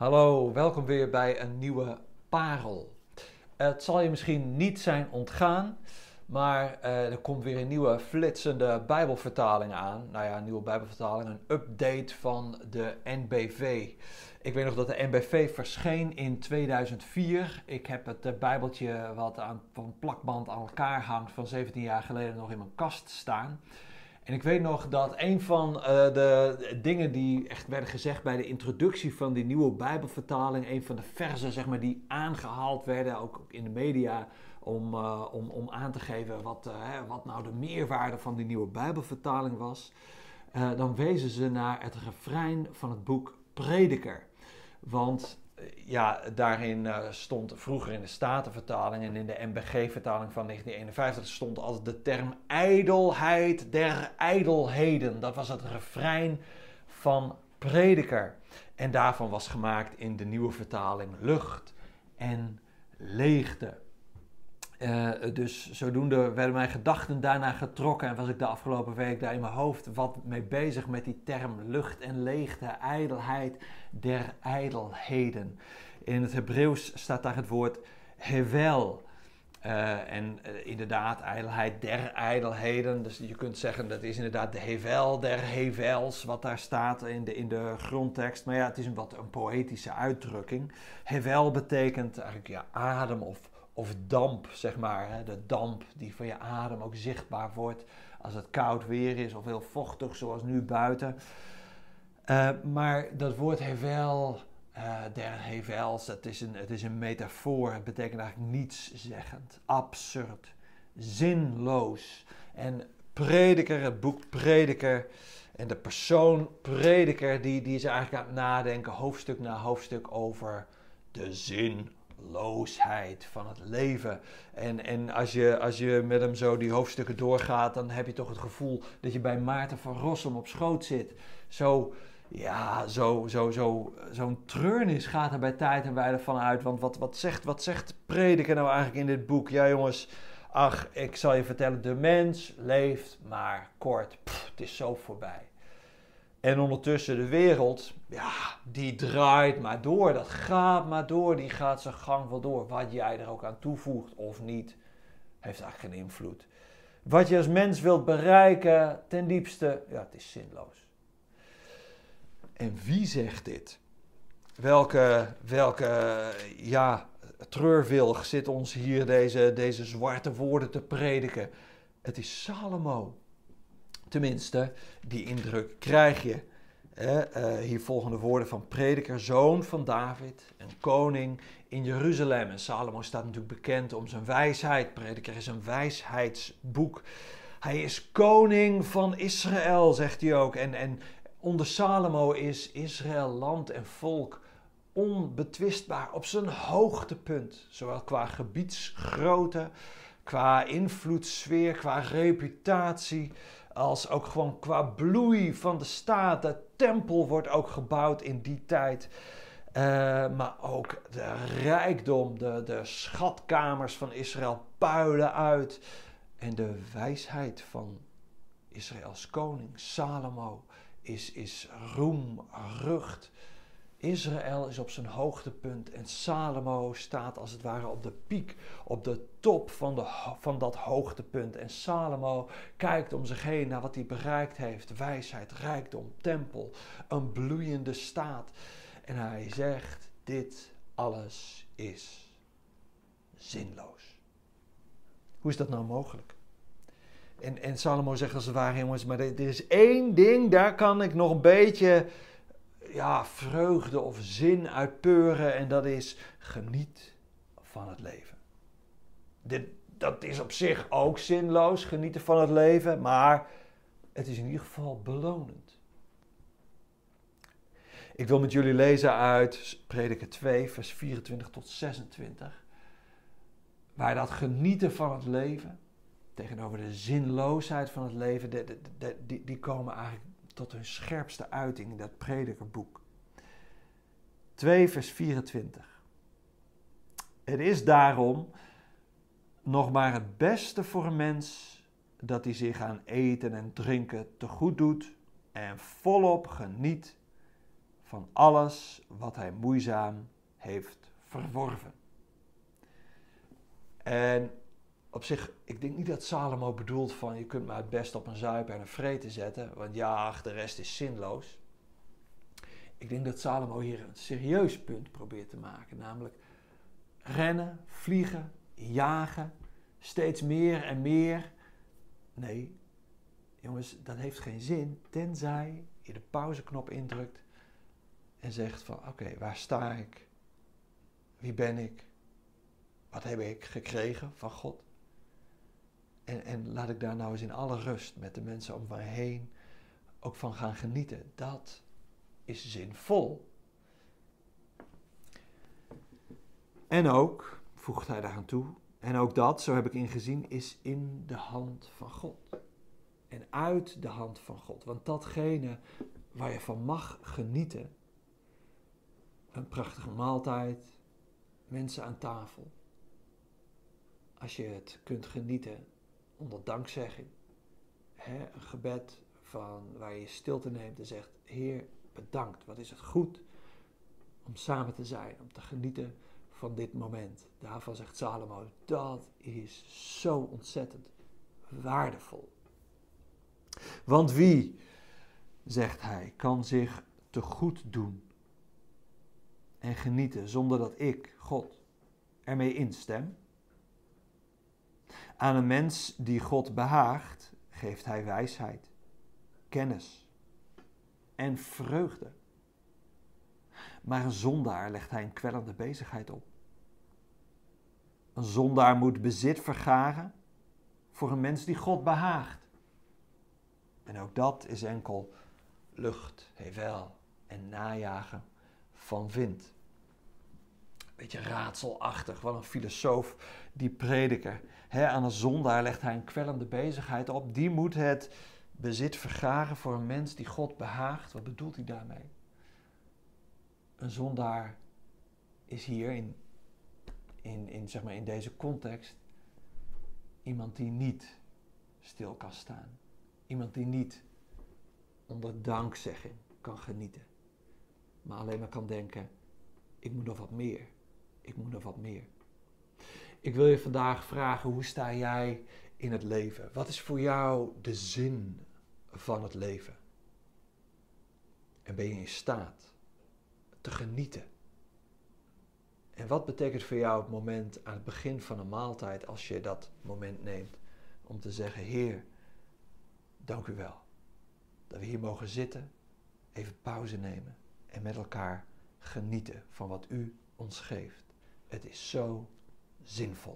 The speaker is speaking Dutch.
Hallo, welkom weer bij een nieuwe parel. Het zal je misschien niet zijn ontgaan, maar er komt weer een nieuwe flitsende Bijbelvertaling aan. Nou ja, een nieuwe Bijbelvertaling, een update van de NBV. Ik weet nog dat de NBV verscheen in 2004. Ik heb het Bijbeltje wat van plakband aan elkaar hangt van 17 jaar geleden nog in mijn kast staan. En ik weet nog dat een van de dingen die echt werden gezegd bij de introductie van die nieuwe Bijbelvertaling, een van de versen zeg maar, die aangehaald werden, ook in de media, om aan te geven wat nou de meerwaarde van die nieuwe Bijbelvertaling was, dan wezen ze naar het refrein van het boek Prediker. Want ja, daarin stond vroeger in de Statenvertaling en in de NBG-vertaling van 1951 stond altijd de term ijdelheid der ijdelheden. Dat was het refrein van Prediker. En daarvan was gemaakt in de nieuwe vertaling lucht en leegte. Dus zodoende werden mijn gedachten daarna getrokken en was ik de afgelopen week daar in mijn hoofd wat mee bezig met die term lucht en leegte, ijdelheid der ijdelheden. In het Hebreeuws staat daar het woord hevel. Inderdaad, ijdelheid der ijdelheden. Dus je kunt zeggen dat is inderdaad de hevel der hevels, wat daar staat in de grondtekst. Maar ja, het is een poëtische uitdrukking. Hevel betekent eigenlijk ja, adem of damp, zeg maar. Hè? De damp die van je adem ook zichtbaar wordt als het koud weer is of heel vochtig, zoals nu buiten. Maar dat woord hevel, der hevels, het is een metafoor. Het betekent eigenlijk nietszeggend, absurd, zinloos. En Prediker, het boek Prediker en de persoon Prediker, die is eigenlijk aan het nadenken, hoofdstuk na hoofdstuk, over de zinloosheid van het leven. En als je met hem zo die hoofdstukken doorgaat, dan heb je toch het gevoel dat je bij Maarten van Rossum op schoot zit. Zo'n treurnis gaat er bij tijd en wijle van uit. Want wat zegt Prediker nou eigenlijk in dit boek? Ja jongens, ach, ik zal je vertellen, de mens leeft maar kort. Het is zo voorbij. En ondertussen de wereld, ja, die draait maar door. Dat gaat maar door, die gaat zijn gang wel door. Wat jij er ook aan toevoegt of niet, heeft eigenlijk geen invloed. Wat je als mens wilt bereiken, ten diepste, ja, het is zinloos. En wie zegt dit? Welke treurwilg zit ons hier deze zwarte woorden te prediken? Het is Salomo. Tenminste, die indruk krijg je. Hier volgen de woorden van Prediker, zoon van David, een koning in Jeruzalem. En Salomo staat natuurlijk bekend om zijn wijsheid. Prediker is een wijsheidsboek. Hij is koning van Israël, zegt hij ook. En onder Salomo is Israël, land en volk, onbetwistbaar op zijn hoogtepunt. Zowel qua gebiedsgrootte, qua invloedssfeer, qua reputatie, als ook gewoon qua bloei van de staat. De tempel wordt ook gebouwd in die tijd. Maar ook de rijkdom, de schatkamers van Israël puilen uit. En de wijsheid van Israëls koning, Salomo, is roemrucht. Israël is op zijn hoogtepunt en Salomo staat als het ware op de piek, op de top van dat hoogtepunt. En Salomo kijkt om zich heen naar wat hij bereikt heeft. Wijsheid, rijkdom, tempel, een bloeiende staat. En hij zegt, dit alles is zinloos. Hoe is dat nou mogelijk? En Salomo zegt als het ware, jongens, maar er is één ding, daar kan ik nog een beetje vreugde of zin uit peuren. En dat is, geniet van het leven. Dat is op zich ook zinloos, genieten van het leven, maar het is in ieder geval belonend. Ik wil met jullie lezen uit Prediker 2, vers 24 tot 26. Waar dat genieten van het leven tegenover de zinloosheid van het leven, die komen eigenlijk tot hun scherpste uiting in dat Predikerboek. 2 vers 24. Het is daarom nog maar het beste voor een mens dat hij zich aan eten en drinken te goed doet en volop geniet van alles wat hij moeizaam heeft verworven. En op zich, ik denk niet dat Salomo bedoelt van je kunt maar het best op een zuipen en een vreten zetten, want ja, de rest is zinloos. Ik denk dat Salomo hier een serieus punt probeert te maken, namelijk rennen, vliegen, jagen, steeds meer en meer. Nee, jongens, dat heeft geen zin, tenzij je de pauzeknop indrukt en zegt van oké, waar sta ik? Wie ben ik? Wat heb ik gekregen van God? En laat ik daar nou eens in alle rust met de mensen om mij heen ook van gaan genieten. Dat is zinvol. En ook, voegt hij daaraan toe, en ook dat, zo heb ik ingezien, is in de hand van God. En uit de hand van God. Want datgene waar je van mag genieten, een prachtige maaltijd, mensen aan tafel. Als je het kunt genieten onder dankzegging. Een gebed van waar je stilte neemt en zegt, Heer, bedankt. Wat is het goed om samen te zijn, om te genieten van dit moment. Daarvan zegt Salomo, dat is zo ontzettend waardevol. Want wie, zegt hij, kan zich te goed doen en genieten zonder dat ik, God, ermee instem? Aan een mens die God behaagt, geeft hij wijsheid, kennis en vreugde. Maar een zondaar legt hij een kwellende bezigheid op. Een zondaar moet bezit vergaren voor een mens die God behaagt. En ook dat is enkel lucht, hevel en najagen van wind. Beetje raadselachtig, wat een filosoof, die prediker. Aan een zondaar legt hij een kwellende bezigheid op. Die moet het bezit vergaren voor een mens die God behaagt. Wat bedoelt hij daarmee? Een zondaar is hier in deze context iemand die niet stil kan staan. Iemand die niet onder dankzegging kan genieten. Maar alleen maar kan denken, ik moet nog wat meer. Ik moet nog wat meer. Ik wil je vandaag vragen, hoe sta jij in het leven? Wat is voor jou de zin van het leven? En ben je in staat te genieten? En wat betekent voor jou het moment aan het begin van een maaltijd, als je dat moment neemt, om te zeggen, Heer, dank u wel. Dat we hier mogen zitten, even pauze nemen en met elkaar genieten van wat u ons geeft. Het is zo zinvol.